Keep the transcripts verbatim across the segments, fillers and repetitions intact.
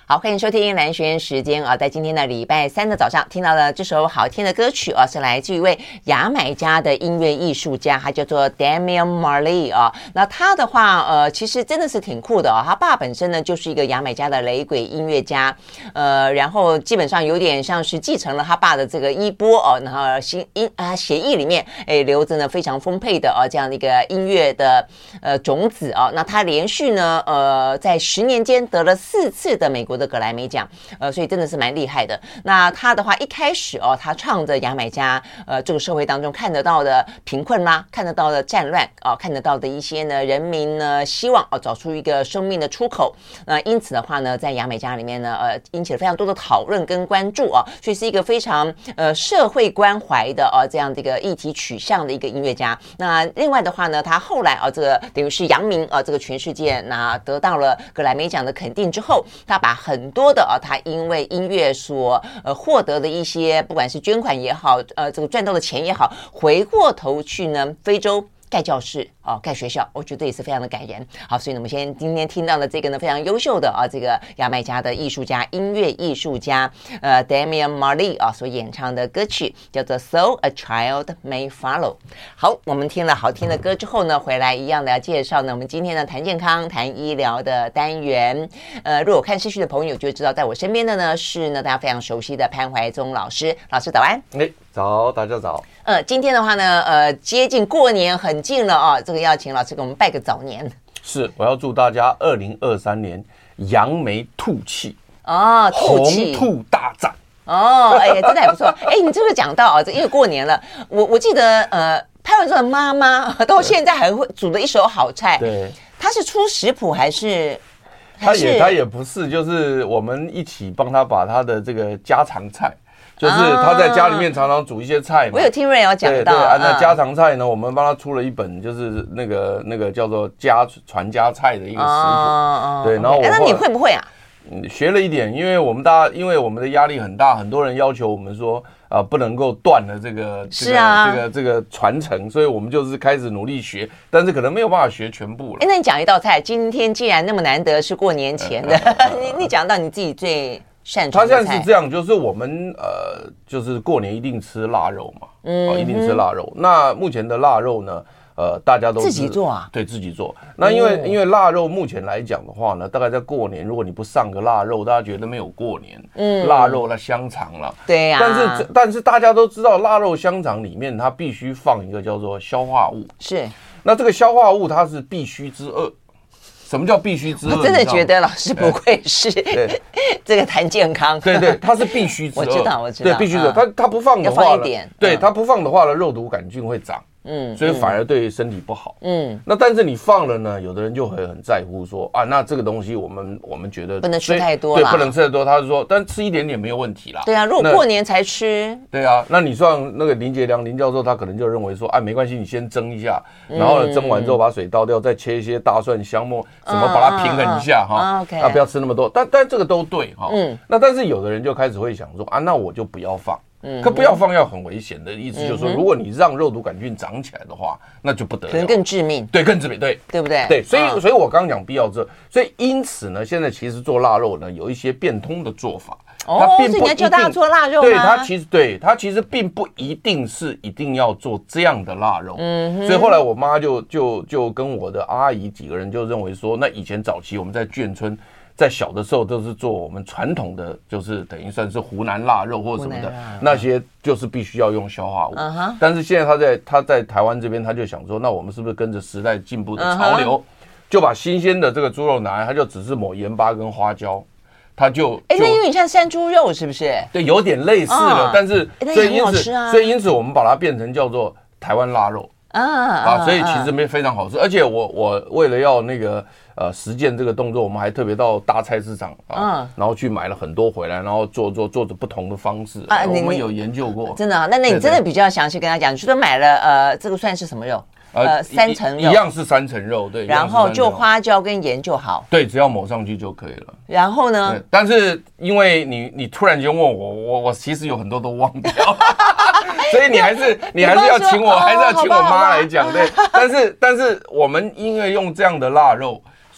好，欢迎收听蓝轩时间啊，在今天的礼拜三的早上听到了这首好听的歌曲啊，是来自一位牙买加的音乐艺术家，他叫做 Damian Marley 啊。那他的话，呃，其实真的是挺酷的啊。他爸本身呢就是一个牙买加的雷鬼音乐家，呃，然后基本上有点像是继承了他爸的这个衣钵哦，然后新音啊血液里面哎留着呢非常丰沛的啊这样的一个音乐的呃种子啊。那他连续呢呃在十年间得了四次的美国的格莱美奖，呃，所以真的是蛮厉害的。那他的话，一开始哦，他唱着牙买加呃这个社会当中看得到的贫困啦，看得到的战乱啊、呃，看得到的一些呢人民呢希望哦找出一个生命的出口。那、呃、因此的话呢，在牙买加里面呢，呃，引起了非常多的讨论跟关注啊，所以是一个非常呃社会关怀的啊、呃、这样的一个议题取向的一个音乐家。那另外的话呢，他后来啊、呃、这个等于是扬名啊、呃、这个全世界，那得到了格莱美奖的肯定之后，他把很多的啊，他因为音乐所呃获得的一些，不管是捐款也好，呃，这个赚到的钱也好，回过头去呢，非洲盖教室啊、哦，盖学校，我觉得也是非常的感人。好，所以呢，我们先今天听到的这个呢，非常优秀的啊，这个牙买加的艺术家、音乐艺术家，呃 ，Damian Marley 啊所演唱的歌曲叫做《So a Child May Follow》。好，我们听了好听的歌之后呢，回来一样的要介绍呢，我们今天的谈健康、谈医疗的单元。呃，如果看视讯的朋友就会知道，在我身边的呢是呢大家非常熟悉的潘怀宗老师。老师早安。 哎，早，大家早。 呃，今天的话呢，呃，接近过年很近了啊，这个要请老师给我们拜个早年。 是，我要祝大家二零二三年扬眉吐气哦，吐气， 红兔大展。 哦，哎呀，真的还不错。哎，你这个讲到啊，因为过年了，我我记得呃，潘怀宗的妈妈到现在还会煮了一手好菜。 对， 她是出食谱还是？ 她也她也不是，就是我们一起帮她把她的这个家常菜。就是他在家里面常常煮一些菜嘛， 我有听瑞瑶讲到， 对对啊，那家常菜呢，我们帮他出了一本，就是那个那个叫做家传家菜的一个食谱，哦、对，然后我、 欸、那你会不会啊？ 嗯，学了一点，因为我们大家因为我们的压力很大，很多人要求我们说啊、呃，不能够断了这个这个、啊、这个这个传承，所以我们就是开始努力学，但是可能没有办法学全部了。 哎、欸，那你讲一道菜，今天既然那么难得是过年前的，你你讲到你自己最。 他现在是这样，就是我们呃，就是过年一定吃腊肉嘛，嗯、哦，一定吃腊肉。那目前的腊肉呢，呃，大家都自己做啊， 对自己做。那因为、哦、因为腊肉目前来讲的话呢，大概在过年，如果你不上个腊肉，大家觉得没有过年。嗯，腊肉那香肠了， 对呀、啊。 但是但是大家都知道，腊肉香肠里面它必须放一个叫做消化物， 是。 那这个消化物它是必须之恶。什么叫必须之恶？ 我真的觉得老师不愧是这个谈健康。 对对，它是必须之恶。 我知道，我知道。 对，必须的。它它不放的话， 要放一点。 对，它不放的话呢，肉毒杆菌会长。嗯，所以反而对身体不好。嗯，那但是你放了呢，有的人就会很在乎说啊，那这个东西我们我们觉得不能吃太多了，对，不能吃太多。他是说，但吃一点点没有问题啦。 对啊，如果过年才吃， 对啊，那你像那个林杰良林教授，他可能就认为说，啊，没关系，你先蒸一下，然后呢蒸完之后把水倒掉，再切一些大蒜、香末，什么把它平衡一下哈，啊，不要吃那么多。但但这个都对哈。嗯，那但是有的人就开始会想说啊，那我就不要放。嗯，可不要放药很危险的意思就是说，如果你让肉毒杆菌长起来的话，那就不得了， 可能更致命。 对，更致命，对， 对不对？ 对，所以，嗯、所以我刚刚讲必要这，所以因此呢，现在其实做腊肉呢有一些变通的做法。 哦，所以你要教大家做腊肉吗？ 对，它其实对它其实并不一定是一定要做这样的腊肉。嗯，所以后来我妈就就就跟我的阿姨几个人就认为说，那以前早期我们在眷村。在小的时候都是做我们传统的，就是等于算是湖南腊肉或者什么的，那些就是必须要用消化物。Uh-huh. 但是现在他在他在台湾这边，他就想说，那我们是不是跟着时代进步的潮流， uh-huh. 就把新鲜的这个猪肉拿来，他就只是抹盐巴跟花椒，他就哎、欸，那有点像山猪肉是不是？ 对，有点类似了，哦、但是、 欸、 所以因此、 啊、 所以因此我们把它变成叫做台湾腊肉。啊啊，所以其实没非常好吃，而且我我为了要那个呃实践这个动作，我们还特别到大菜市场啊，然后去买了很多回来，然后做做做着不同的方式啊，我们有研究过。 真的啊？那那你真的比较详细跟他讲，你说买了呃这个算是什么肉？呃，三层肉一样是三层肉，对， 然后就花椒跟盐就好， 对，只要抹上去就可以了。 然后呢？ 但是因为你你突然间问我，我我其实有很多都忘掉了。所以你还是你还是要请我，还是要请我妈来讲，对。但是但是我们因为用这样的腊肉，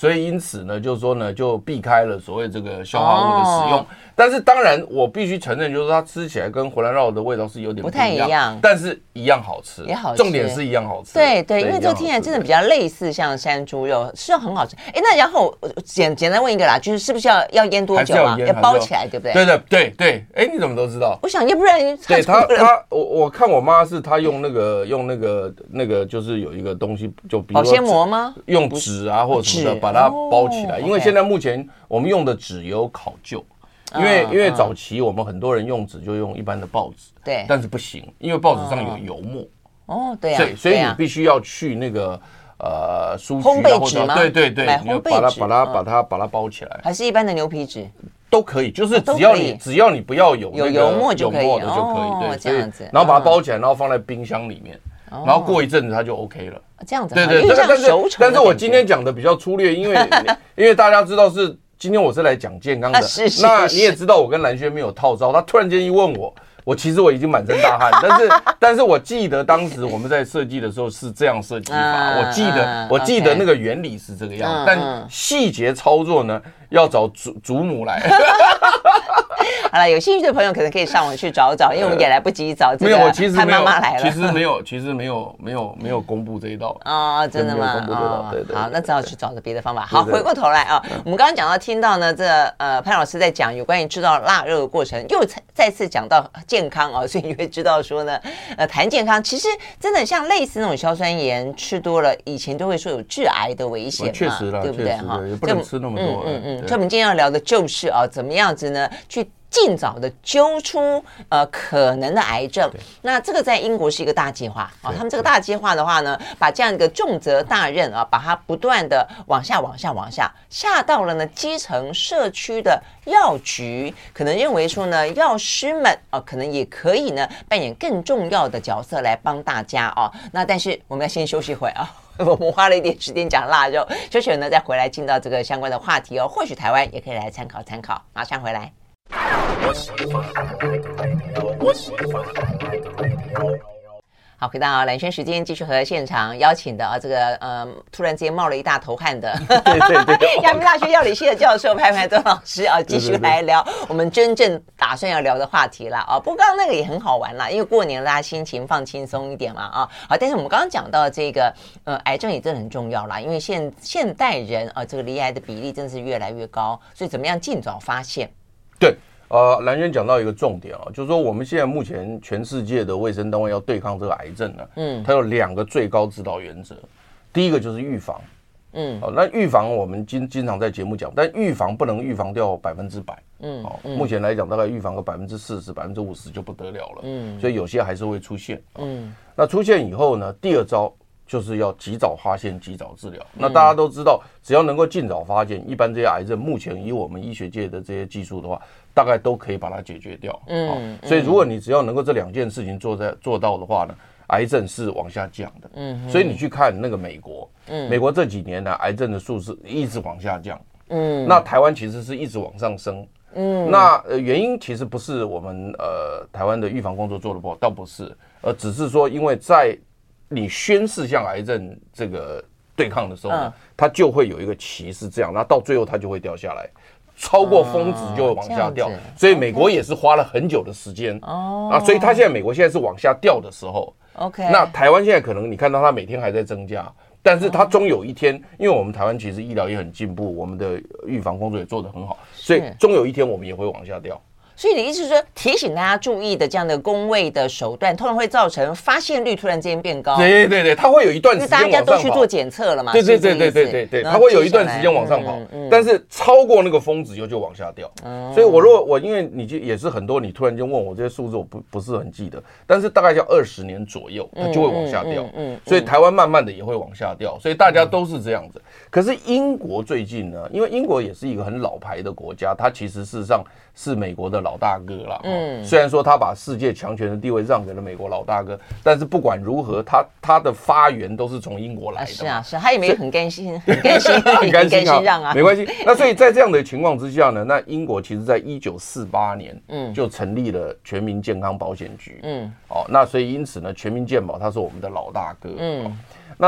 所以因此呢，就是说呢，就避开了所谓这个消化物的使用。哦、但是当然，我必须承认，就是它吃起来跟回蓝肉的味道是有点不太一样， 但是一样好吃， 也好吃。 重点是一样好吃。 对对，因为这个听起来真的比较类似像山猪肉，是很好吃。哎，那然后简简单问一个啦，就是是不是要要腌多久啊？要包起来，对不对？ 对对对对。哎，你怎么都知道？ 我想要不然对他他我我看我妈是她用那个用那个那个就是有一个东西，就比如说保鲜膜吗？ 用纸啊或者什么的把它包起来，因为现在目前我们用的纸有考究。因为因为早期我们很多人用纸就用一般的报纸， 对， 但是不行，因为报纸上有油墨， 哦，对啊， 所以所以你必须要去那个呃书局烘焙纸吗？ 对对对，你要把它把它把它把它包起来， 还是一般的牛皮纸都可以，就是只要你只要你不要有有油墨就可以， 油墨的就可以，对， 这样子， 然后把它包起来，然后放在冰箱里面，然后过一阵子它就 OK 了， 这样子， 对对，但是但是我今天讲的比较粗略，因为因为大家知道是。今天我是来讲健康的， 啊、是是是那你也知道我跟蓝轩没有套招，他突然间一问我，我其实我已经满身大汗，但是但是我记得当时我们在设计的时候是这样设计法，嗯、我记得、嗯、我记得那个原理是这个样子，嗯、但细节操作呢要找祖祖母来。 好了，有兴趣的朋友可能可以上网去找找，因为我们也来不及找这个。 没有，我其实没有，妈妈来了。 其实没有，其实没有，没有，没有公布这一道。 哦，真的吗？ 公布这道，对对。 好，那只好去找个别的方法。好，回过头来啊，我们刚刚讲到，听到呢，这呃潘老师在讲有关于制造腊肉的过程，又再次讲到健康啊，所以你会知道说呢，呃，谈健康其实真的像类似那种硝酸盐吃多了，以前都会说有致癌的危险嘛， 确实啦， 对不对？ 哈，也不能吃那么多。 嗯嗯。所以我们今天要聊的就是啊，怎么样子呢？去尽早的揪出呃可能的癌症，那这个在英国是一个大计划啊。他们这个大计划的话呢，把这样一个重责大任啊，把它不断的往下、往下、往下下到了呢基层社区的药局，可能认为说呢，药师们啊，可能也可以呢扮演更重要的角色来帮大家啊。那但是我们要先休息会啊。我们花了一点时间讲腊肉，休息呢再回来进到这个相关的话题哦。或许台湾也可以来参考参考，马上回来。好，回到蓝轩时间，继续和现场邀请的啊，这个呃，突然之间冒了一大头汗的， 对对对， 阳明大学药理系的教授潘排宗老师啊，继续来聊我们真正打算要聊的话题啦啊。不过刚刚那个也很好玩啦，因为过年大家心情放轻松一点嘛啊。好，但是我们刚刚讲到这个呃，癌症也真的很重要啦，因为现现代人啊，这个罹癌的比例真的是越来越高，所以怎么样尽早发现？ 对。呃，蓝轩讲到一个重点啊，就是说我们现在目前全世界的卫生单位要对抗这个癌症呢，嗯，它有两个最高指导原则，第一个就是预防，嗯，哦，那预防我们经经常在节目讲，但预防不能预防掉百分之百，嗯，哦，目前来讲大概预防个百分之四十、百分之五十就不得了了，嗯，所以有些还是会出现，嗯，那出现以后呢，第二招就是要及早发现、及早治疗。那大家都知道，只要能够尽早发现，一般这些癌症，目前以我们医学界的这些技术的话，大概都可以把它解决掉。嗯，哦、所以如果你只要能够这两件事情做在做到的话呢，癌症是往下降的。嗯，所以你去看那个美国，嗯，美国这几年呢，癌症的数字一直往下降。嗯，那台湾其实是一直往上升。嗯，那呃原因其实不是我们呃台湾的预防工作做得不好，倒不是，而只是说因为在你宣示向癌症这个对抗的时候呢，嗯、它就会有一个期是这样，那到最后它就会掉下来，超过峰值就会往下掉。哦、所以美国也是花了很久的时间哦啊，所以它现在美国现在是往下掉的时候。 OK， 那台湾现在可能你看到它每天还在增加，但是它终有一天，因为我们台湾其实医疗也很进步，我们的预防工作也做得很好，所以终有一天我们也会往下掉。 所以你的意思是说，提醒大家注意的这样的公卫的手段，通常会造成发现率突然之间变高。 对对对，它会有一段时间往上跑， 因为大家都去做检测了嘛。 对对对对对对对，它会有一段时间往上跑，嗯嗯、但是超过那个峰值就就往下掉。嗯、所以我如果我因为你就也是很多，你突然间问我这些数字，我不不是很记得，但是大概要二十年左右，它就会往下掉。嗯嗯嗯嗯、所以台湾慢慢的也会往下掉，所以大家都是这样子。可是英国最近呢，因为英国也是一个很老牌的国家，它其实事实上是美国的老大哥啦。嗯，虽然说他把世界强权的地位让给了美国老大哥，但是不管如何，他他的发源都是从英国来的、啊。 是啊，是啊，他也没有很甘心，很甘心，很甘心让啊， 没关系。那所以在这样的情况之下呢，那英国其实在一九四八年，嗯，就成立了全民健康保险局，嗯，哦，那所以因此呢，全民健保它是我们的老大哥，嗯，哦、那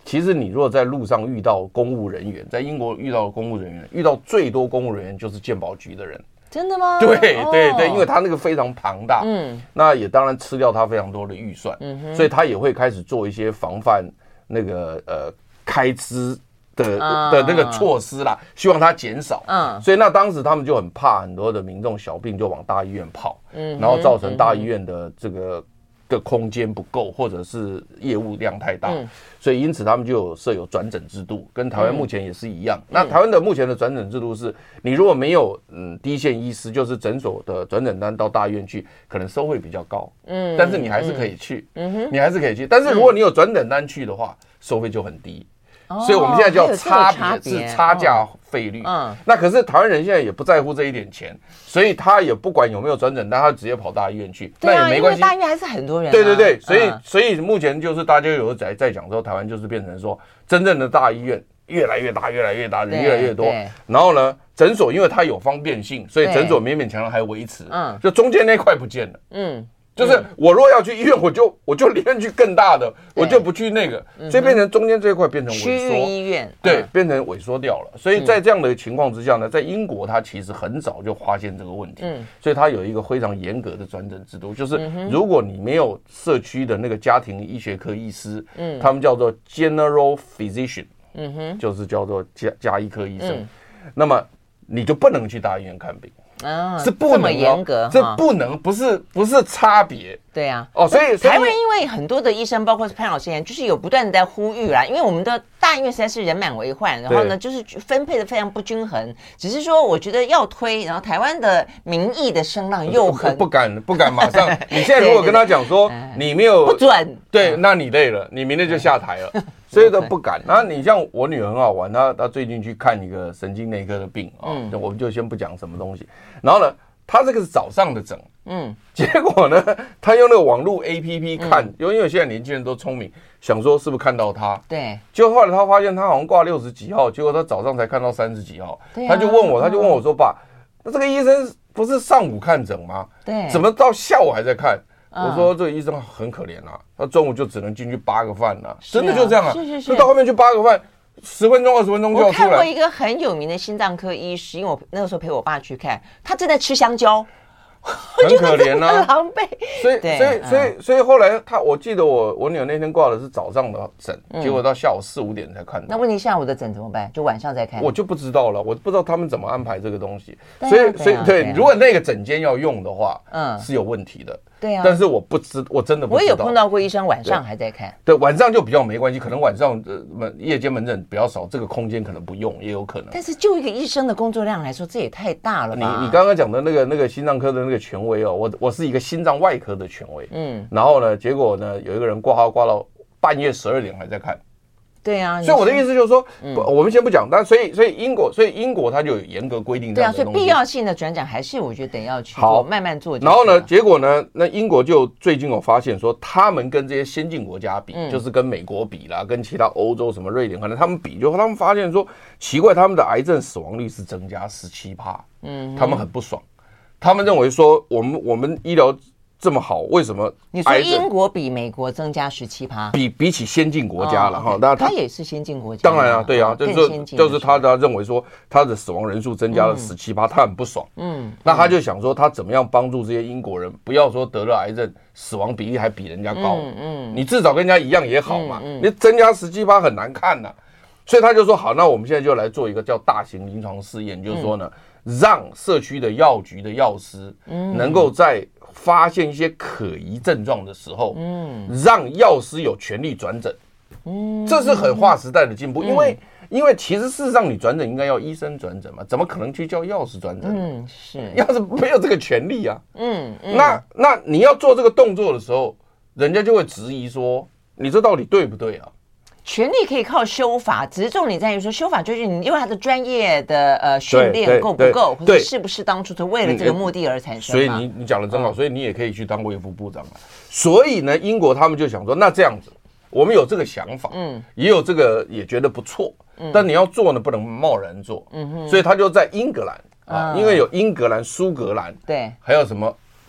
其实你如果在路上遇到公务人员，在英国遇到公务人员，遇到最多公务人员就是健保局的人。 真的吗？ 对对对，因为他那个非常庞大， 嗯， 那也当然吃掉他非常多的预算， 嗯哼， 所以他也会开始做一些防范那个呃开支的、嗯、的那个措施啦，希望它减少。嗯，所以那当时他们就很怕很多的民众小病就往大医院跑，嗯，然后造成大医院的这个的空间不够，或者是业务量太大，嗯，所以因此他们就有设有转诊制度，跟台湾目前也是一样。嗯，那台湾的目前的转诊制度是，你如果没有嗯第一线医师，就是诊所的转诊单到大医院去，可能收费比较高，嗯，但是你还是可以去，嗯哼，你还是可以去。但是如果你有转诊单去的话，收费就很低。所以我们现在叫差别是差价费率，嗯，那可是台湾人现在也不在乎这一点钱，所以他也不管有没有转诊单，他直接跑大医院去， 对啊， 那也没关系， 因为大医院还是很多人，啊， 对对对，所以、嗯、所以目前就是大家有在在讲说，台湾就是变成说，真正的大医院越来越大，越来越大，人越来越多，然后呢，诊所因为它有方便性，所以诊所勉勉强强还维持，嗯，就中间那块不见了，嗯。就是我若要去医院，我就我就宁愿去更大的，我就不去那个，所以变成中间这一块变成萎缩， 区域医院， 对，变成萎缩掉了。所以在这样的情况之下呢，在英国它其实很早就发现这个问题，嗯，所以它有一个非常严格的转诊制度，就是如果你没有社区的那个家庭医学科医师，嗯，他们叫做 general physician， 嗯哼，就是叫做家家医科医生，嗯，那么你就不能去大医院看病。 啊， 是不能，这么严格， 这不能，不是不是差别， 对啊， 哦，所以台湾因为很多的医生，包括是潘老师，就是有不断的在呼吁啦，因为我们的大医院实在是人满为患，然后呢，就是分配的非常不均衡。只是说，我觉得要推，然后台湾的民意的声浪又很不敢不敢马上。你现在如果跟他讲说你没有不准， 对，那你累了，你明天就下台了。所以都不敢。然后你像我女儿很好玩，她她最近去看一个神经内科的病啊，嗯，我们就先不讲什么东西。然后呢，她这个是早上的诊，嗯，结果呢，她用那个网络 A P P 看，因为因为现在年轻人都聪明，想说是不是看到她， 对， 结果后来她发现她好像挂六十几号，结果她早上才看到三十几号，她就问我，她就问我说，爸，那这个医生不是上午看诊吗？ 对， 怎么到下午还在看？我说这个医生很可怜啊，他中午就只能进去扒个饭啊，真的就这样啊， 是是是， 就到后面去扒个饭，十分钟二十分钟就要出来。 我看过一个很有名的心脏科医师，因为我那个时候陪我爸去看，他正在吃香蕉。 很可怜啊， 很狼狈。 所以，所以，所以，所以后来他，我记得我我女儿那天挂的是早上的诊，嗯、结果到下午四五点才看到。 那问题下午的诊怎么办？就晚上再看？ 我就不知道了，我不知道他们怎么安排这个东西。啊、所以，所以，对，如果那个诊间要用的话，嗯，是有问题的。 对啊， 但是我不知，我真的不知道。 我也有碰到过医生晚上还在看。 对，晚上就比较没关系，可能晚上呃夜间门诊比较少，这个空间可能不用，也有可能。 但是就一个医生的工作量来说，这也太大了吧？ 你你刚刚讲的那个那个心脏科的那个权威哦，我我是一个心脏外科的权威，嗯，然后呢，结果呢，有一个人挂号挂到半夜十二点还在看。 对啊， 所以我的意思就是说，嗯、我们先不讲，但所以所以英国，所以英国它就有严格规定这样的东西。对啊， 所以必要性的转诊还是我觉得得要去做，慢慢做。 然后呢，结果呢，那英国就最近有发现说，他们跟这些先进国家比，嗯、就是跟美国比啦，跟其他欧洲什么瑞典，可能他们比，就他们发现说，奇怪，他们的癌症死亡率是增加十七趴，嗯，他们很不爽，他们认为说，我们我们医疗这么好，为什么？ 你说英国比美国增加十七趴， 比比起先进国家了哈， 那它也是先进国家， 当然啊，对啊，就是就是他他认为说他的死亡人数增加了十七趴，他很不爽，嗯，那他就想说他怎么样帮助这些英国人，不要说得了癌症死亡比例还比人家高，嗯，你至少跟人家一样也好嘛，你增加十七趴很难看呐，所以他就说好，那我们现在就来做一个叫大型临床试验，就是说呢，让社区的药局的药师能够在发现一些可疑症状的时候，嗯，让药师有权利转诊，嗯，这是很划时代的进步，嗯、因为因为其实事实上你转诊应该要医生转诊嘛，怎么可能去叫药师转诊？ 嗯，是， 要是没有这个权利啊，嗯，嗯那那你要做这个动作的时候，人家就会质疑说，你这到底对不对啊？ 权利可以靠修法，只是重点在于说修法就是你因为他的专业的呃训练够不够，或者是不是当初是为了这个目的而产生。 所以你你讲的真好，所以你也可以去当卫福部长了。所以呢，英国他们就想说，那这样子，我们有这个想法，嗯，也有这个也觉得不错，嗯，但你要做呢，不能贸然做，嗯哼，所以他就在英格兰啊，因为有英格兰、苏格兰， 对， 还有什么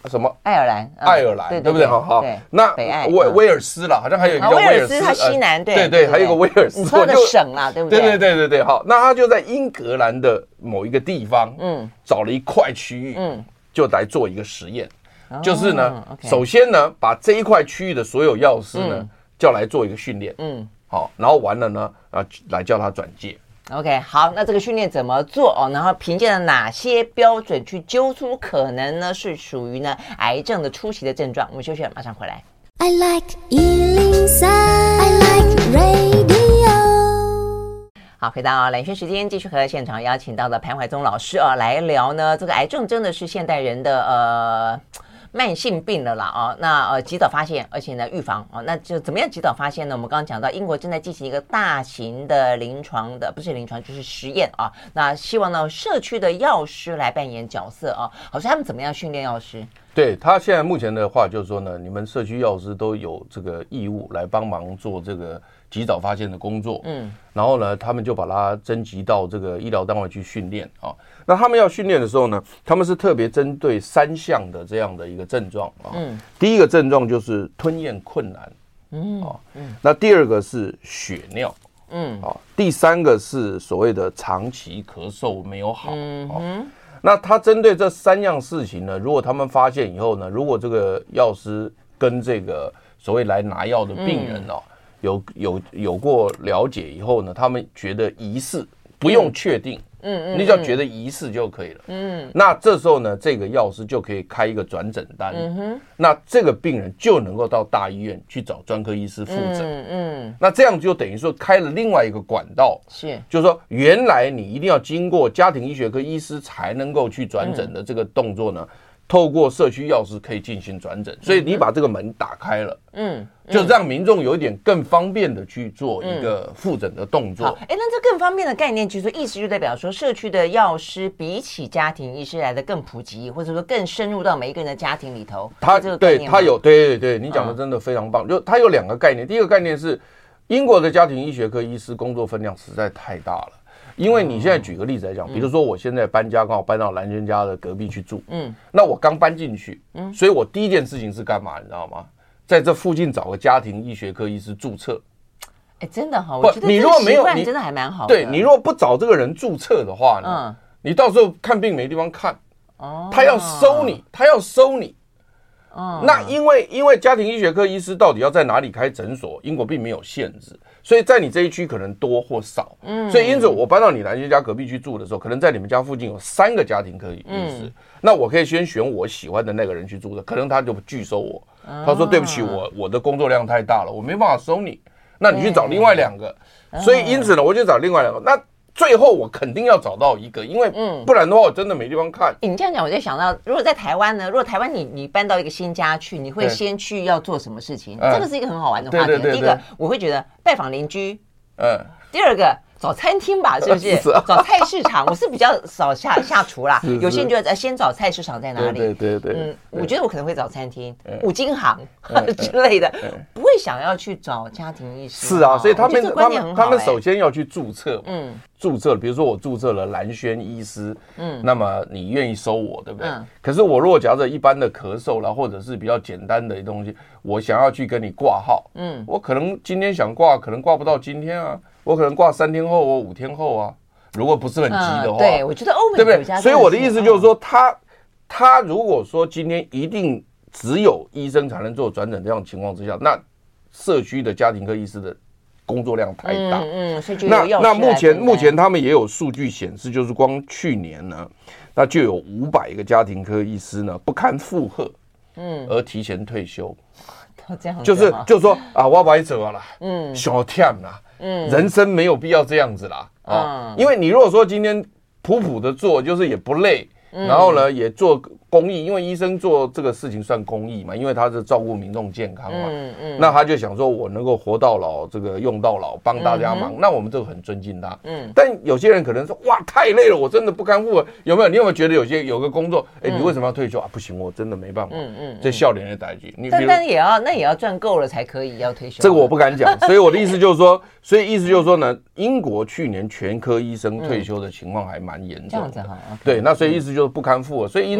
什么爱尔兰， 爱尔兰，对不对？好好，那威威尔斯啦，好像还有一个叫威尔斯， 它西南，对对对，还有一个威尔斯， 你说的省啦，对不对？ 对对对对对，好，那他就在英格兰的某一个地方，嗯，找了一块区域，嗯，就来做一个实验，就是呢，首先呢，把这一块区域的所有药师呢叫来做一个训练，嗯，好，然后完了呢，啊，来叫他转介。 OK， 好，那这个训练怎么做哦？然后凭借着哪些标准去揪出可能呢是属于呢癌症的初期的症状？我们休息了，马上回来。I like 一零三 I like radio。好，回到蓝轩时间，继续和现场邀请到的潘怀宗老师啊来聊呢，这个癌症真的是现代人的呃。慢性病了啦哦，那呃及早发现，而且呢预防哦，那就怎么样及早发现呢？我们刚刚讲到，英国正在进行一个大型的临床的，不是临床就是实验啊。那希望呢社区的药师来扮演角色啊。好，所以他们怎么样训练药师？ 对他现在目前的话就是说呢，你们社区药师都有这个义务来帮忙做这个及早发现的工作，嗯，然后呢，他们就把它征集到这个医疗单位去训练啊。那他们要训练的时候呢，他们是特别针对三项的这样的一个症状啊。嗯，第一个症状就是吞咽困难，嗯啊，嗯，那第二个是血尿，嗯啊，第三个是所谓的长期咳嗽没有好，嗯哼。那他针对这三样事情呢，如果他们发现以后呢，如果这个药师跟这个所谓来拿药的病人哦，嗯、有有有过了解以后呢，他们觉得疑似，不用确定。嗯嗯，你只要觉得疑似就可以了。嗯，那这时候呢，这个药师就可以开一个转诊单。嗯哼，那这个病人就能够到大医院去找专科医师复诊。嗯嗯，那这样就等于说开了另外一个管道。是，就是说原来你一定要经过家庭医学科医师才能够去转诊的这个动作呢，嗯、透过社区药师可以进行转诊。所以你把这个门打开了。嗯。就让民众有一点更方便的去做一个复诊的动作。 哎、嗯，那这更方便的概念，其实意思就代表说，社区的药师比起家庭医师来的更普及，或者说更深入到每一个人的家庭里头。 他这个对他有对对对，你讲的真的非常棒。嗯、就他有两个概念，第一个概念是英国的家庭医学科医师工作分量实在太大了。因为你现在举个例子来讲，比如说我现在搬家，刚好搬到蓝轩家的隔壁去住，嗯，那我刚搬进去，嗯，所以我第一件事情是干嘛，你知道吗？在这附近找个家庭医学科医师注册。 哎，真的哈，我觉得你如果没有，你真的还蛮好的。 对，你如果不找这个人注册的话呢，嗯，你到时候看病没地方看，哦，他要收你，他要收你。哦，那因为因为家庭医学科医师到底要在哪里开诊所，英国并没有限制，所以在你这一区可能多或少。嗯，所以因此我搬到你蓝轩家隔壁去住的时候，可能在你们家附近有三个家庭科医师，嗯、那我可以先选我喜欢的那个人去住的，可能他就拒收我。他说：“对不起，我我的工作量太大了，我没办法收你。那你去找另外两个。所以因此呢，我就找另外两个。那最后我肯定要找到一个，因为不然的话，我真的没地方看。 你这样讲，我就想到，如果在台湾呢，如果台湾你你搬到一个新家去，你会先去要做什么事情？这个是一个很好玩的话题。第一个，我会觉得拜访邻居。嗯。第二个。”找餐厅吧，是不是？是啊、找菜市场，我是比较少下下厨啦。是是有些人觉得先找菜市场在哪里？ 对对 对, 对。 嗯，我觉得我可能会找餐厅、五金行之类的，不会想要去找家庭医师。 是啊，所以他们他们他们首先要去注册，嗯，注册，比如说我注册了蓝轩医师，嗯，那么你愿意收我，对不对？嗯。可是我如果假设一般的咳嗽啦，或者是比较简单的东西，我想要去跟你挂号，嗯，我可能今天想挂，可能挂不到今天啊。我可能挂三天后，我五天后啊，如果不是很急的话，嗯、 对，我觉得欧美国家， 所以我的意思就是说，他他如果说今天一定只有医生才能做转诊这样的情况之下，那社区的家庭科医师的工作量太大，嗯，嗯所以就那那目前目前他们也有数据显示，就是光去年呢，那就有五百个家庭科医师呢不堪负荷，嗯，而提前退休。 这样就是就是说啊，我白走了，嗯，小忝啦。嗯，人生没有必要这样子啦，啊、嗯，因为你如果说今天普普的做，就是也不累，嗯、然后呢也做公益，因为医生做这个事情算公益嘛，因为他是照顾民众健康嘛，嗯嗯，那他就想说我能够活到老，这个用到老，帮大家忙，嗯、那我们就很尊敬他，嗯，但有些人可能说哇太累了，我真的不堪负荷，有没有？你有没有觉得有些有个工作，哎、欸，你为什么要退休啊？不行，我真的没办法，嗯嗯，这笑脸的代际，你但但也要那也要赚够了才可以要退休， 这个我不敢讲，所以我的意思就是说。所以意思就是说呢，英国去年全科医生退休的情况还蛮严重的，这样子哈。对，那所以意思就是不堪负荷，所以因此他们这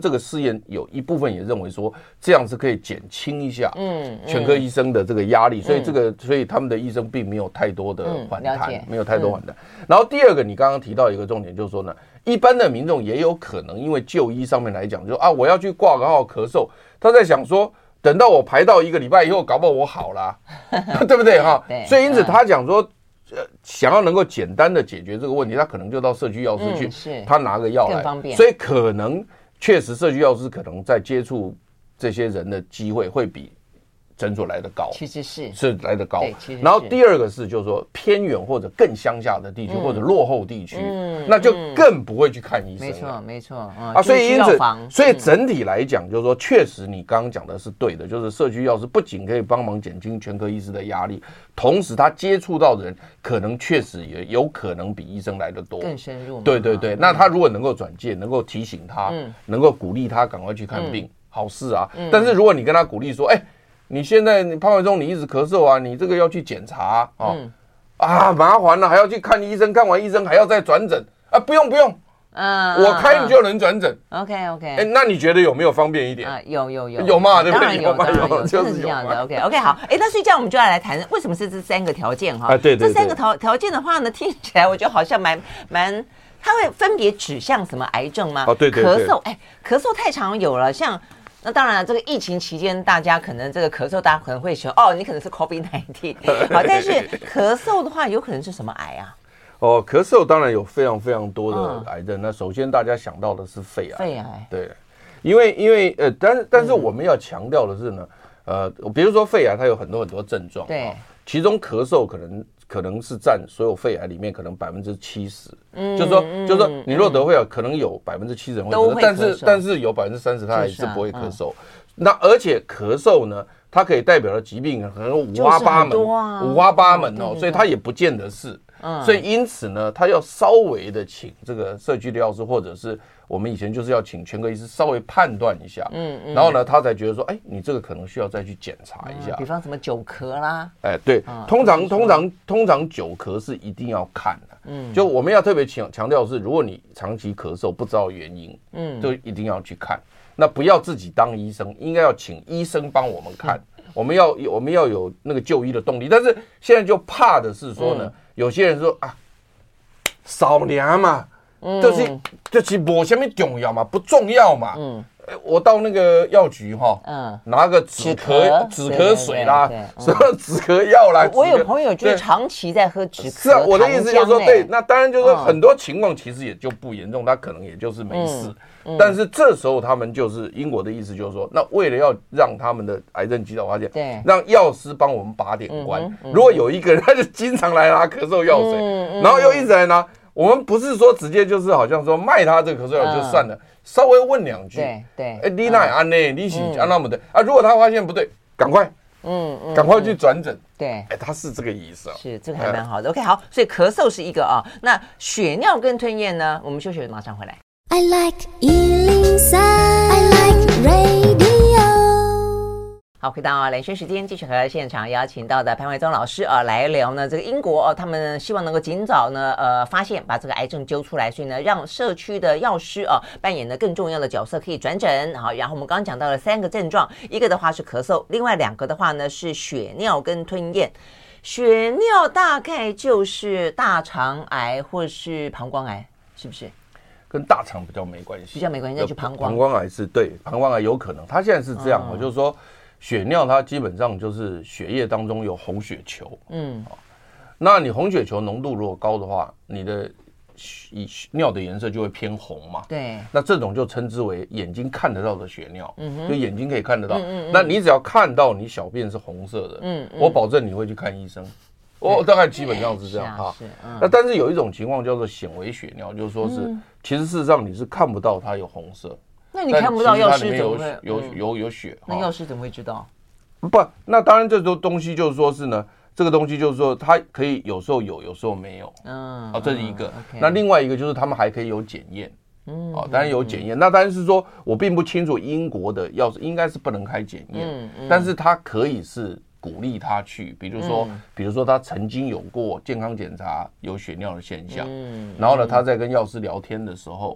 这个试验有一部分也认为说这样是可以减轻一下嗯全科医生的这个压力，嗯、所以这个所以他们的医生并没有太多的反弹，嗯、没有太多反弹。嗯、然后第二个，你刚刚提到一个重点，就是说呢，一般的民众也有可能因为就医上面来讲，就啊我要去挂个号咳嗽，他在想说。等到我排到一个礼拜以后，搞不好我好了，对不对哈？所以因此他讲说，呃，想要能够简单的解决这个问题，他可能就到社区药师去，嗯、他拿个药来，所以可能确实社区药师可能在接触这些人的机会会比诊所来的高， 其实是是来的高。然后第二个是就是说偏远或者更乡下的地区、嗯、或者落后地区，嗯、那就更不会去看医生了。 没错，没错、嗯、 啊，所以因此，所以整体来讲，就是说，确实你刚刚讲的是对的，就是社区药师不仅可以帮忙减轻全科医师的压力，同时他接触到的人可能确实也有可能比医生来得多， 更深入。 对对对，嗯、那他如果能够转介，能够提醒他，嗯、能够鼓励他赶快去看病，嗯、好事啊。嗯、但是如果你跟他鼓励说，哎、欸。你现在你潘怀忠你一直咳嗽啊，你这个要去检查啊、哦嗯、啊麻烦了，还要去看医生，看完医生还要再转诊啊，不用不用，嗯，我开你就能转诊。 OK OK， 哎，那你觉得有没有方便一点？ 啊，有有有有嘛，对不对？ 有当然有， 就是这样的。OK OK， 好，哎，那所以这样我们就要来谈为什么是这三个条件哈？ 啊，对对， 这三个条条件的话呢，听起来我觉得好像蛮蛮，它会分别指向什么癌症吗？ 哦，对对， 咳嗽，哎，咳嗽太常有了，像。那当然了，这个疫情期间，大家可能这个咳嗽，大家可能会说，哦，你可能是 COVID 十九， 好，但是咳嗽的话，有可能是什么癌啊？ 哦，咳嗽当然有非常非常多的癌症。嗯、那首先大家想到的是肺癌， 肺癌， 对，因为因为呃，但是但是我们要强调的是呢，嗯、呃，比如说肺癌，它有很多很多症状， 对， 其中咳嗽可能。可能是占所有肺癌里面可能百分之七十，嗯，就是说，嗯、就是说，你若得肺癌，可能有百分之七十人会咳嗽，但是但是有百分之三十他还是不会咳嗽。啊嗯、那而且咳嗽呢，它可以代表的疾病可能五花八门，啊、五花八门哦，对对对，所以它也不见得是。嗯、所以因此呢，他要稍微的请这个社区的药师，或者是我们以前就是要请全科医师稍微判断一下，嗯嗯，然后呢，他才觉得说，哎，你这个可能需要再去检查一下， 嗯、比方什么久咳啦， 哎，对，嗯、通常通常通常久咳是一定要看的，嗯，就我们要特别强强调的是，如果你长期咳嗽不知道原因，嗯，就一定要去看，那不要自己当医生，应该要请医生帮我们看。嗯我们要我们要有那个就医的动力，但是现在就怕的是说呢，嗯、有些人说啊，少年嘛，嗯、就是这其实没什么重要嘛，不重要嘛。嗯，我到那个药局哈，嗯，拿个止咳止咳水啦，什么止咳药啦。 我有朋友就是长期在喝止咳。 是啊，我的意思就是说，对，那当然就是说很多情况其实也就不严重，他可能也就是没事。嗯嗯、但是这时候他们就是英国的意思就是说，那为了要让他们的癌症及早发现， 对， 让药师帮我们把点关。嗯嗯、如果有一个人他就经常来拿咳嗽药水，嗯嗯、然后又一直来拿，我们不是说直接就是好像说卖他这个咳嗽药就算了，嗯、稍微问两句， 对对， 哎，你哪安呢？你是安那么的啊？如果他发现不对，赶快，嗯嗯，赶快去转诊。 对， 哎，他是这个意思啊， 是这个还蛮好的。OK， 好，所以咳嗽是一个啊，那血尿跟吞咽呢？我们休息马上回来。I like 一零三 I like radio。 好，回到连线时间，继续和现场邀请到的潘怀忠老师啊来聊呢，这个英国哦，他们希望能够尽早呢呃发现，把这个癌症揪出来，所以呢让社区的药师啊扮演的更重要的角色，可以转诊。好，然后我们刚刚讲到了三个症状，一个的话是咳嗽，另外两个的话呢是血尿跟吞咽。血尿大概就是大肠癌或是膀胱癌，是不是？ 跟大肠比较没关系， 比较没关系，那就膀胱。 膀胱癌是对，膀胱癌有可能。他现在是这样，哦、就是说血尿它基本上就是血液当中有红血球，嗯，哦、那你红血球浓度如果高的话，你的尿的颜色就会偏红嘛， 对， 那这种就称之为眼睛看得到的血尿，嗯、就眼睛可以看得到。嗯嗯、那你只要看到你小便是红色的，嗯嗯、我保证你会去看医生。我、哦、大概基本上是这样哈，嗯、那但是有一种情况叫做显微血尿，就是说是、嗯、其实事实上你是看不到它有红色， 那你看不到药师怎么会有有有有血？ 那药师怎么会知道？ 不，那当然这种东西就是说是呢，这个东西就是说它可以有时候有，有时候没有，嗯，哦，这是一个。嗯、那另外一个就是他们还可以有检验，嗯，哦，当然有检验。嗯、那当然是说我并不清楚英国的药师应该是不能开检验，嗯嗯、但是它可以是。鼓励他去，比如说，嗯、比如说他曾经有过健康检查有血尿的现象，嗯、然后呢，他在跟药师聊天的时候，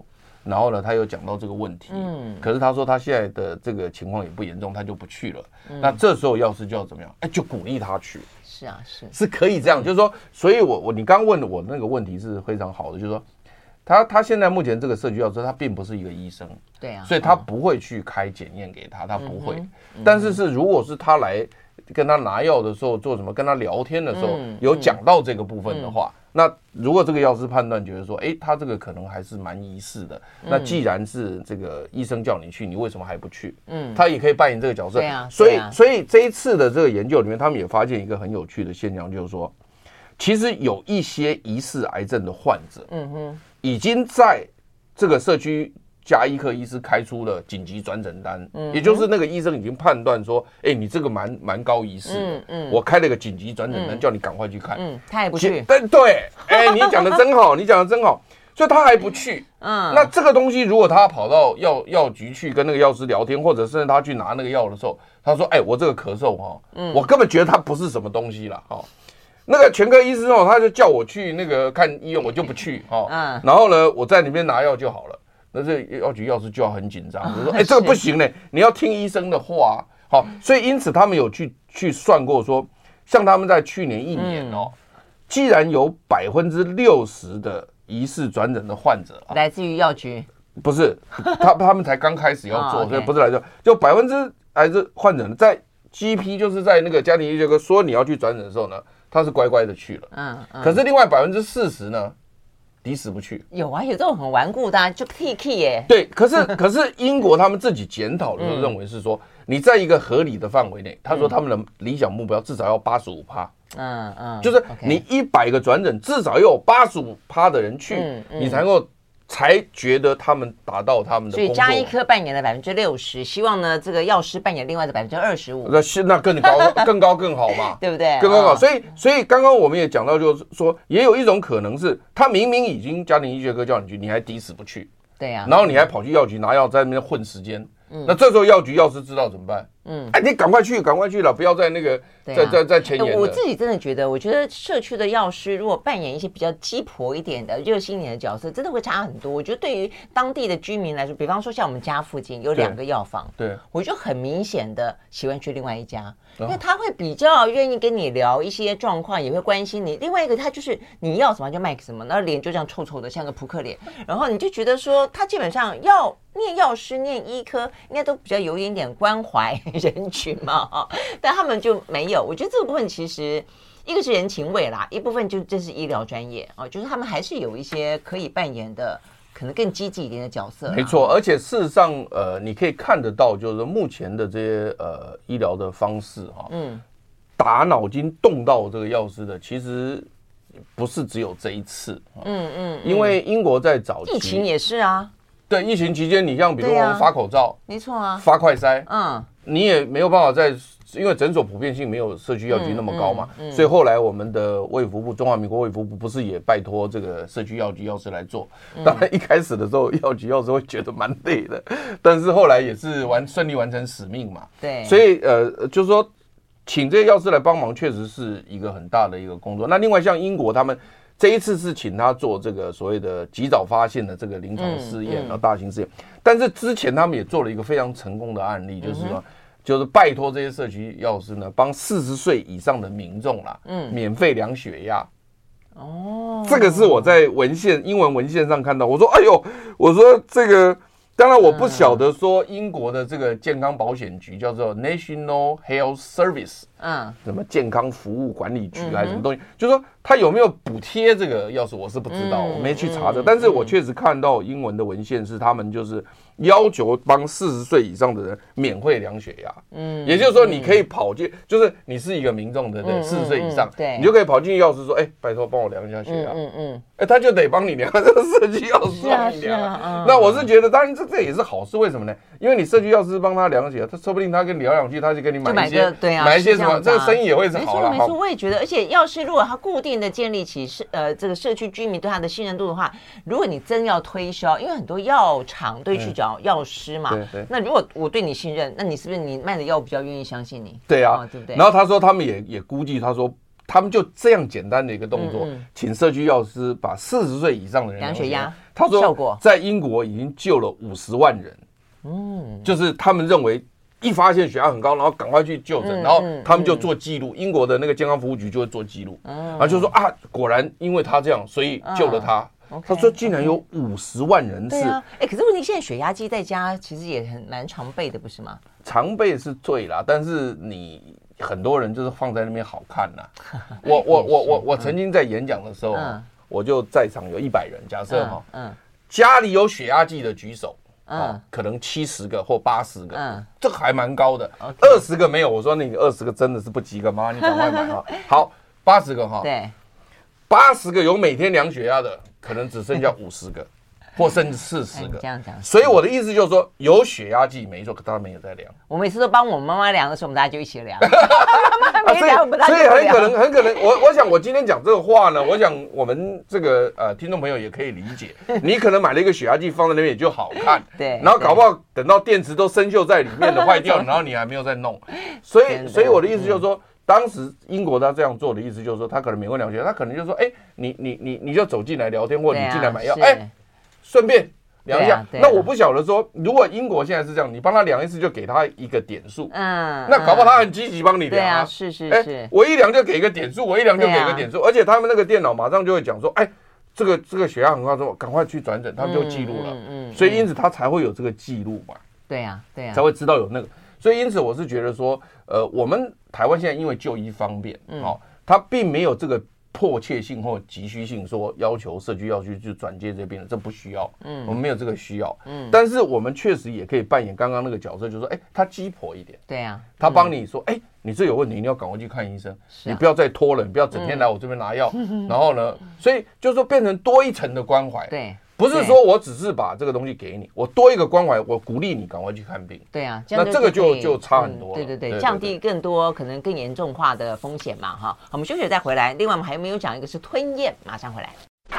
然后呢，他有讲到这个问题，嗯，可是他说他现在的这个情况也不严重，他就不去了。嗯、那这时候药师就要怎么样？哎，就鼓励他去。 是啊，是是可以这样，就是说，所以我我你刚问的我那个问题是非常好的，就是说，他他现在目前这个社区药师他并不是一个医生， 对啊， 所以他不会去开检验给他，他不会。嗯、但是是如果是他来跟他拿药的时候做什么，跟他聊天的时候、嗯、有讲到这个部分的话。嗯嗯那如果这个药师判断觉得说，哎，他这个可能还是蛮疑似的，嗯、那既然是这个医生叫你去，你为什么还不去？嗯，他也可以扮演这个角色。 对啊， 所以、 啊、 所以这一次的这个研究里面，他们也发现一个很有趣的现象，就是说，其实有一些疑似癌症的患者，嗯哼，已经在这个社区家医科医师开出了紧急转诊单，嗯，也就是那个医生已经判断说，哎，你这个蛮蛮高疑似的，嗯嗯，我开了个紧急转诊单，嗯、叫你赶快去看， 嗯，他也不去， 但对，哎，你讲的真好，你讲的真好，所以他还不去，嗯，那这个东西如果他跑到药药局去跟那个药师聊天，或者甚至他去拿那个药的时候，他说，哎，我这个咳嗽哈，嗯，我根本觉得它不是什么东西啦，哈。那个全科医师哦，他就叫我去那个看医院，我就不去哦，嗯，然后呢，我在里面拿药就好了。那这药局药师就要很紧张，就说：“哎，这个不行呢，你要听医生的话。”好，所以因此他们有去去算过说，像他们在去年一年哦，既然有百分之六十的疑似转诊的患者来自于药局， 不是他他们才刚开始要做，所以不是来做，就百分之癌症患者在 G P 就是在那个家庭医学科说你要去转诊的时候呢，他是乖乖的去了，嗯，可是另外百分之四十呢？抵死不去， 有啊，有这种很顽固的、啊，就 T K 耶。 对，可是可是英国他们自己检讨的时候认为是说，嗯、你在一个合理的范围内，他说他们的理想目标至少要八十五趴，嗯嗯，就是你一百个转诊，至少要有八十五趴的人去，嗯嗯、你才能够。才觉得他们达到他们的工作， 所以家医科扮演了百分之六十，希望呢这个药师扮演另外的百分之二十五， 那那更高更高更好嘛， 对不对？ 更高更好。所以所以刚刚我们也讲到，就是说也有一种可能是，他明明已经家庭医学科叫你去，你还抵死不去， 对呀、啊， 然后你还跑去药局拿药，在那边混时间。嗯、那这时候药局药师知道怎么办？嗯，哎，你赶快去，赶快去了，不要在那个在在在前沿、欸。 我自己真的觉得，我觉得社区的药师如果扮演一些比较鸡婆一点的、热心一点的角色，真的会差很多。我觉得对于当地的居民来说，比方说像我们家附近有两个药房，对，对我就很明显的喜欢去另外一家，因为他会比较愿意跟你聊一些状况，也会关心你。另外一个他就是你要什么就卖什么，然后脸就这样臭臭的，像个扑克脸，然后你就觉得说他基本上要。念药师、念医科，应该都比较有一点点关怀人群嘛，哈，但他们就没有。我觉得这个部分其实一个是人情味啦，一部分就这是医疗专业啊，就是他们还是有一些可以扮演的，可能更积极一点的角色。 没错，而且事实上，呃，你可以看得到，就是目前的这些呃医疗的方式哈，嗯，打脑筋动到这个药师的，其实不是只有这一次，嗯 嗯, 嗯，因为英国在早期疫情也是啊。 对，疫情期间，你像比如我们发口罩， 没错啊， 发快筛，嗯，你也没有办法在，因为诊所普遍性没有社区药局那么高嘛，嗯嗯嗯、所以后来我们的卫福部，中华民国卫福部不是也拜托这个社区药局药师来做？当然一开始的时候，药局药师会觉得蛮累的，但是后来也是完顺利完成使命嘛。 对， 所以呃，就是说，请这些药师来帮忙，确实是一个很大的一个工作。那另外像英国他们。这一次是请他做这个所谓的及早发现的这个临床试验，然后大型试验。但是之前他们也做了一个非常成功的案例，就是说，就是拜托这些社区药师呢，帮四十岁以上的民众啦，嗯，免费量血压。哦，这个是我在文献英文文献上看到，我说，哎呦，我说这个。当然，我不晓得说英国的这个健康保险局叫做 National Health Service， 嗯，什么健康服务管理局还是什么东西，就是说它有没有补贴这个药师，我是不知道，我没去查的。但是我确实看到英文的文献是他们就是要求帮四十岁以上的人免费量血压，嗯，也就是说你可以跑进，就是你是一个民众，对不对？四十岁以上，对，你就可以跑进药师说，哎，拜托帮我量一下血压，嗯嗯，哎，他就得帮你量，这个社区药师帮你量。那我是觉得，当然这。这也是好事，为什么呢？因为你社区药师帮他量血，他说不定他跟你聊两句，他就跟你买一些， 对啊， 买一些什么，这个生意也会是好了。 没错，没错，我也觉得。而且药师如果他固定的建立起是呃这个社区居民对他的信任度的话，如果你真要推销，因为很多药厂都去找药师嘛，对对。那如果我对你信任，那你是不是你卖的药比较愿意相信你？ 对啊，对不对？然后他说他们也也估计，他说。他们就这样简单的一个动作，嗯嗯请社区药师把四十岁以上的人量血压， 他说在英国已经救了五十万人，嗯，就是他们认为一发现血压很高，然后赶快去就诊，嗯、然后他们就做记录，嗯、英国的那个健康服务局就会做记录，嗯、然后就说啊，果然因为他这样，所以救了他。嗯、他说竟然有五十万人次， 对啊，哎，可是问题现在血压计在家其实也很蛮常备的，不是吗？ 常备是对啦，但是你很多人就是放在那边好看呐、啊。我我我我我曾经在演讲的时候，嗯、我就在场有一百人，假设哈、嗯嗯，家里有血压计的举手。嗯、哦，可能七十个或八十个，嗯，这个还蛮高的。二十个没有，我说那你二十个真的是不及格吗？你赶快买哈。好，八十个哈，对，八十个有每天量血压的，可能只剩下五十个，或甚至四十个。这样讲，所以我的意思就是说，有血压计没错，可他们有在量。 我每次都帮我妈妈量的时候，我们大家就一起量。 啊、所以所以很可能很可能，我我想我今天讲这个话呢，我想我们这个呃听众朋友也可以理解。你可能买了一个血压计放在那边也就好看，对，然后搞不好等到电池都生锈在里面的坏掉，然后你还没有再弄。所以所以我的意思就是说，当时英国他这样做的意思就是说，他可能免费量血压，他可能就说，哎，你你你你就走进来聊天，或者你进来买药，哎，顺便。量一下，啊啊、那我不晓得说，如果英国现在是这样，你帮他量一次就给他一个点数，嗯，那搞不好他很积极帮你量啊， 对啊，是是是， 欸、我一量就给一个点数，我一量就给一个点数，啊、而且他们那个电脑马上就会讲说，哎、欸，这个这个血压很高，说赶快去转诊，他们就记录了，嗯嗯，嗯所以因此他才会有这个记录嘛， 对呀、啊、对呀、啊， 才会知道有那个，所以因此我是觉得说，呃，我们台湾现在因为就医方便，嗯，哦，他并没有这个。迫切性或急需性，说要求社区药局去转接这些病人，这不需要，嗯，我们没有这个需要，嗯，但是我们确实也可以扮演刚刚那个角色，就是说，哎、欸，他鸡婆一点， 对啊， 他帮你说，哎、欸，你这有问题，你要赶快去看医生，啊、你不要再拖了，你不要整天来我这边拿药，嗯、然后呢，所以就是说变成多一层的关怀，对。不是说我只是把这个东西给你，我多一个关怀，我鼓励你赶快去看病。 对啊， 这那这个就就差很多了、 嗯。对对 对, 对, 对，降低更多可能更严重化的风险嘛，哈。好，我们休息再回来。另外我们还没有讲一个是吞咽，马上回来。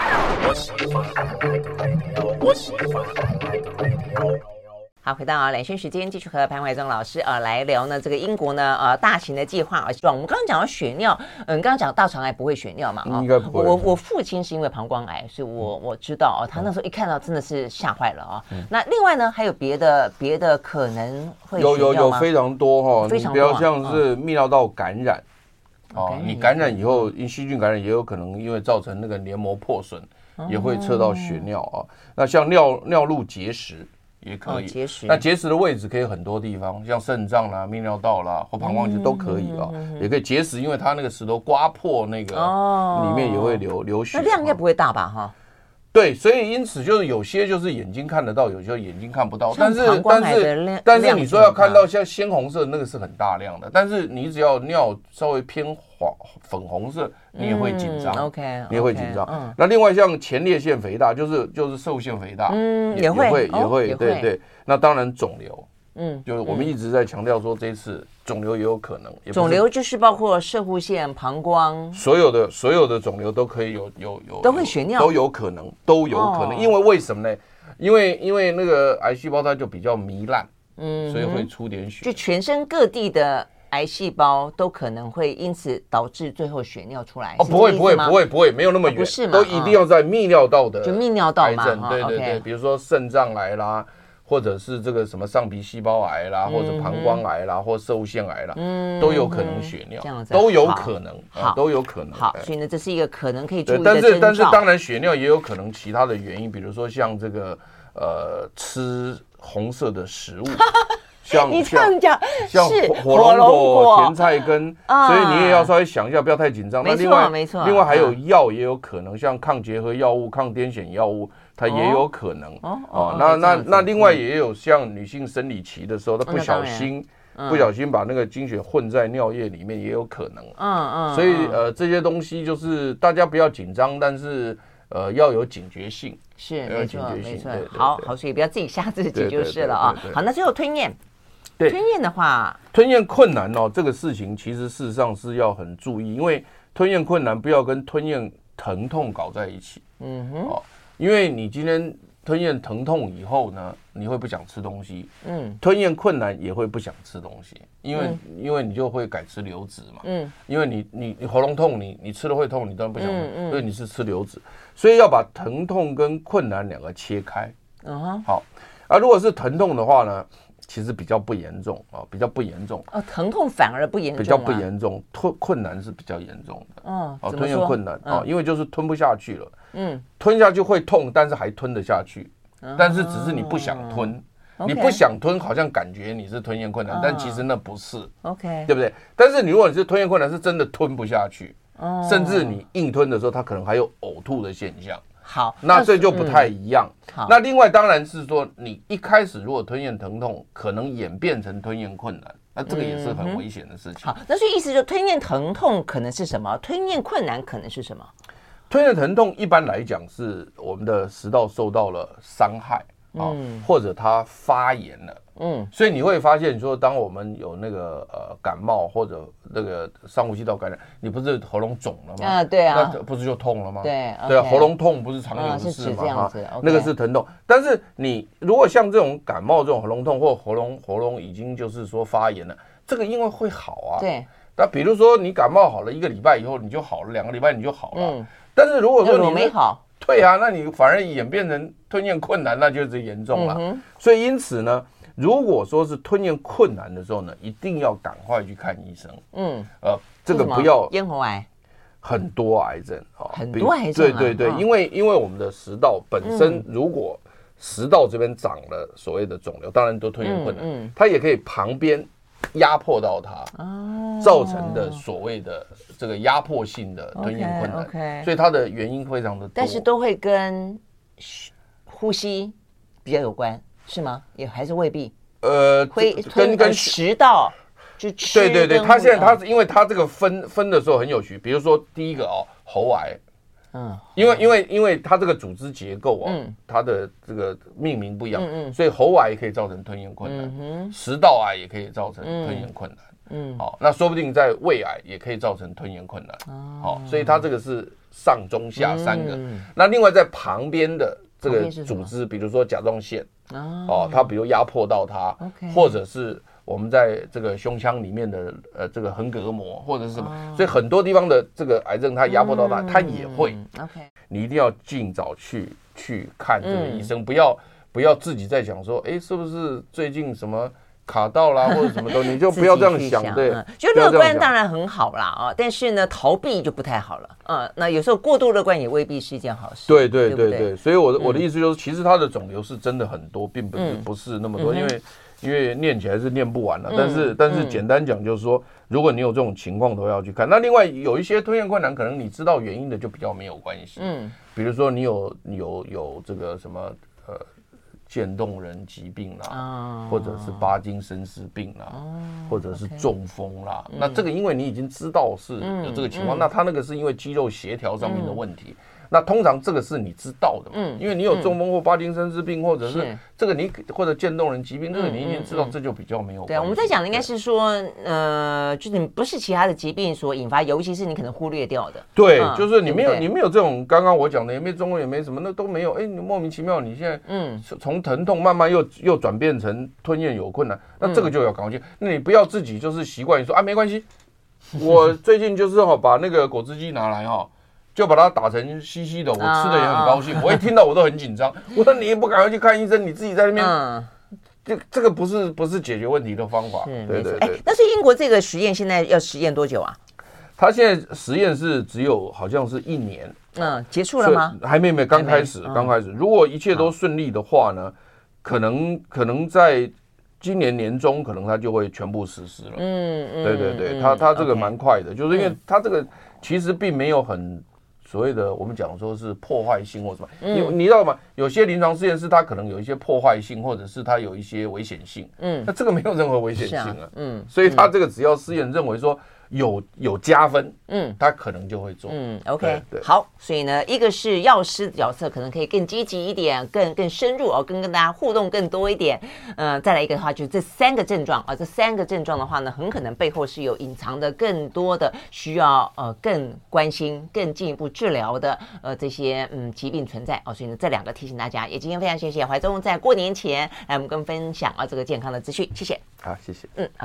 好，回到蓝轩时间，继续和潘怀宗老师呃来聊呢这个英国呢呃大型的计划啊。我们刚刚讲到血尿，嗯，刚刚讲大肠癌不会血尿嘛？ 哦、应该不会。 我我父亲是因为膀胱癌，所以我我知道哦，他那时候一看到真的是吓坏了啊、哦。嗯、那另外呢，还有别的别的可能会血尿吗？ 有有有非常多哈、哦，非常多、啊。你不要像是泌尿道感染。嗯、哦，你感染以后，因细菌感染也有可能因为造成那个黏膜破损，嗯、也会测到血尿啊。那像尿尿路结石。也可以，哦、结石那结石的位置可以很多地方，像肾脏啦、泌尿道啦或膀胱其实都可以啊、嗯，也可以结石，因为它那个石头刮破那个，哦，里面也会流流血。 那量应该不会大吧？哈， 对，所以因此就是有些就是眼睛看得到，有些眼睛看不到。但是但是但是你说要看到像鲜红色那个是很大量的，但是你只要尿稍微偏黄粉红色，你也会紧张、嗯、，OK， 你也会紧张。嗯、那另外像前列腺肥大，就是就是攝腺肥大，嗯，也会也会、哦、也会，对对。那当然肿瘤，嗯，就是我们一直在强调说这一次肿瘤也有可能， 肿瘤就是包括攝護腺、膀胱， 所有的所有的肿瘤都可以有有有都会血尿， 都有可能都有可能，哦、因为为什么呢？因为因为那个癌细胞它就比较糜烂，嗯，所以会出点血， 就全身各地的。癌细胞都可能会因此导致最后血尿出来。 哦，不会不会不会不会，没有那么远，不是嘛？都一定要在泌尿道的， 就泌尿道嘛， 对对对，比如说肾脏癌啦，或者是这个什么上皮细胞癌啦，或者膀胱癌啦，或攝護腺癌啦，都有可能血尿，这样子都有可能，好，都有可能。 好，所以呢，这是一个可能可以注意的征兆。 但是但是当然血尿也有可能其他的原因，比如说像这个呃吃红色的食物。像你这样讲， 像火龙果、甜菜根，啊、所以你也要稍微想一下，不要太紧张。那另外，没错，另外还有药也有可能，像抗结核药物、抗癫痫药物，它也有可能。哦，哦哦那那那另外也有像女性生理期的时候，她不小心、嗯、不小心把那个经血混在尿液里面，也有可能。嗯嗯。所以呃，这些东西就是大家不要紧张，但是呃要有警觉性。 是，没错没错。好好，所以不要自己吓自己就是了啊。好，那最后吞咽。对，吞咽的话， 吞咽困难哦，这个事情其实事实上是要很注意，因为吞咽困难不要跟吞咽疼痛搞在一起。嗯哼，哦，因为你今天吞咽疼痛以后呢，你会不想吃东西， 嗯， 吞咽困难也会不想吃东西，因为、嗯、因为你就会改吃流质嘛， 嗯， 因为你你你喉咙痛，你你吃了会痛，你当然不想吃， 嗯嗯、 所以你是吃流质，所以要把疼痛跟困难两个切开， 嗯哼， 好，啊，如果是疼痛的话呢，其实比较不严重啊、哦，比较不严重哦，疼痛反而不严重、啊， 比较不严重，吞困难是比较严重的， 嗯， 哦，吞咽困难啊、嗯哦，因为就是吞不下去了， 嗯， 吞下去会痛，但是还吞得下去。但是只是你不想吞，哦、你不想吞，好像感觉你是吞咽困难，哦、但其实那不是 ，OK， 对不对？但是你如果你是吞咽困难，是真的吞不下去，哦、甚至你硬吞的时候，它可能还有呕吐的现象。 好， 那这就不太一样。 嗯、 那另外当然是说，你一开始如果吞咽疼痛，可能演变成吞咽困难，那这个也是很危险的事情。 嗯、好，那所以意思就是吞咽疼痛可能是什么？吞咽困难可能是什么？ 吞咽疼痛一般来讲是我们的食道受到了伤害。啊、嗯，或者它发炎了，嗯，所以你会发现说，当我们有那个呃感冒或者那个上呼吸道感染，你不是喉咙肿了吗？ 啊，对啊， 那不是就痛了吗？ 对， 对啊，喉咙痛不是常有的事吗？ 啊，是那个是疼痛。但是你如果像这种感冒这种喉咙痛，或喉咙喉咙已经就是说发炎了，这个因为会好啊。 对。 那比如说你感冒好了一个礼拜以后你就好了，两个礼拜你就好了。嗯。但是如果说你没好。 对啊，那你反而演变成吞咽困难，那就是严重了。嗯、所以因此呢，如果说是吞咽困难的时候呢，一定要赶快去看医生。嗯，呃，这个不要咽喉癌， 很多癌症啊， 很多癌症、 啊。对对对，哦、因为因为我们的食道本身，如果食道这边长了所谓的肿瘤，当然都吞咽困难，嗯嗯、它也可以旁边压迫到它，哦、造成的所谓的这个压迫性的吞咽困难， okay, okay. 所以它的原因非常的多， 但是都会跟呼吸比较有关，是吗？也还是未必。 呃， 会跟跟食道就吃。 对对对，它现在它因为它这个分分的时候很有趣，比如说第一个哦，喉癌。嗯，因为因为因为它这个组织结构啊，嗯、它的这个命名不一样，嗯嗯、所以喉癌也可以造成吞咽困难，嗯、食道癌也可以造成吞咽困难，嗯，好、哦，那说不定在胃癌也可以造成吞咽困难，好、哦，所以它这个是上中下三个，嗯、那另外在旁边的这个组织，比如说甲状腺，哦，哦，它比如压迫到它，嗯、或者是。我们在这个胸腔里面的呃这个横膈膜或者是什么，哦、所以很多地方的这个癌症它压迫到它，嗯、它也会。 OK， 你一定要尽早去去看这个医生，嗯、不要不要自己在想说，哎，是不是最近什么卡到啦或者什么东西，你就不要这样想。想对， 嗯，就乐观当然很好啦啊，但是呢，逃避就不太好了。嗯，那有时候过度乐观也未必是一件好事。 对对对 对, 对，所以我的我的意思就是，其实它的肿瘤是真的很多，并不是、嗯、不是那么多，嗯、因为。因为念起来是念不完了，但是、嗯、但是简单讲就是说，如果你有这种情况都要去看。那另外有一些吞咽困难，可能你知道原因的就比较没有关系。嗯，比如说你有有有这个什么呃渐冻人疾病啦，哦、或者是巴金森氏病啦，哦、或者是中风啦。嗯、那这个因为你已经知道是有这个情况，嗯、那他那个是因为肌肉协调上面的问题。嗯那通常这个是你知道的嘛，嗯，因为你有中风或巴金森氏病，或者是这个你或者渐冻人疾病，这个你已经知道，这就比较没有关系。 对，我们在讲的应该是说，呃，就是你不是其他的疾病所引发，尤其是你可能忽略掉的。 对，就是你没有你没有这种刚刚我讲的，也没中风，也没什么，那都没有。哎，你莫名其妙，你现在嗯从疼痛慢慢又又转变成吞咽有困难，那这个就要赶快去。那你不要自己就是习惯说啊，没关系，我最近就是哈把那个果汁机拿来哈。就把它打成稀稀的，我吃的也很高兴。我一听到我都很紧张。我说你也不赶快去看医生，你自己在那边，嗯、这这个不是不是解决问题的方法。对对对。 但是英国这个实验现在要实验多久啊？ 他现在实验是只有好像是一年。 嗯，结束了吗？ 还没没，刚开始刚开始。如果一切都顺利的话呢，可能可能在今年年中可能它就会全部实施了。嗯嗯。对对对，它它这个蛮快的，就是因为它这个其实并没有很。所谓的我们讲说是破坏性或什么，嗯、你你知道吗？有些临床试验室它可能有一些破坏性，或者是它有一些危险性，嗯，那这个没有任何危险性啊，啊嗯，所以它这个只要试验认为说， 有有加分， 嗯， 他可能就会做。 嗯 ，OK， 对对好，所以呢，一个是药师的角色可能可以更积极一点，更更深入哦，跟跟大家互动更多一点。呃，再来一个的话，就是这三个症状啊，这三个症状的话呢，很可能背后是有隐藏的更多的需要呃更关心、更进一步治疗的呃这些嗯疾病存在哦。所以呢，这两个提醒大家，也今天非常谢谢怀忠在过年前来我们跟分享啊这个健康的资讯，谢谢。 好，谢谢。 嗯。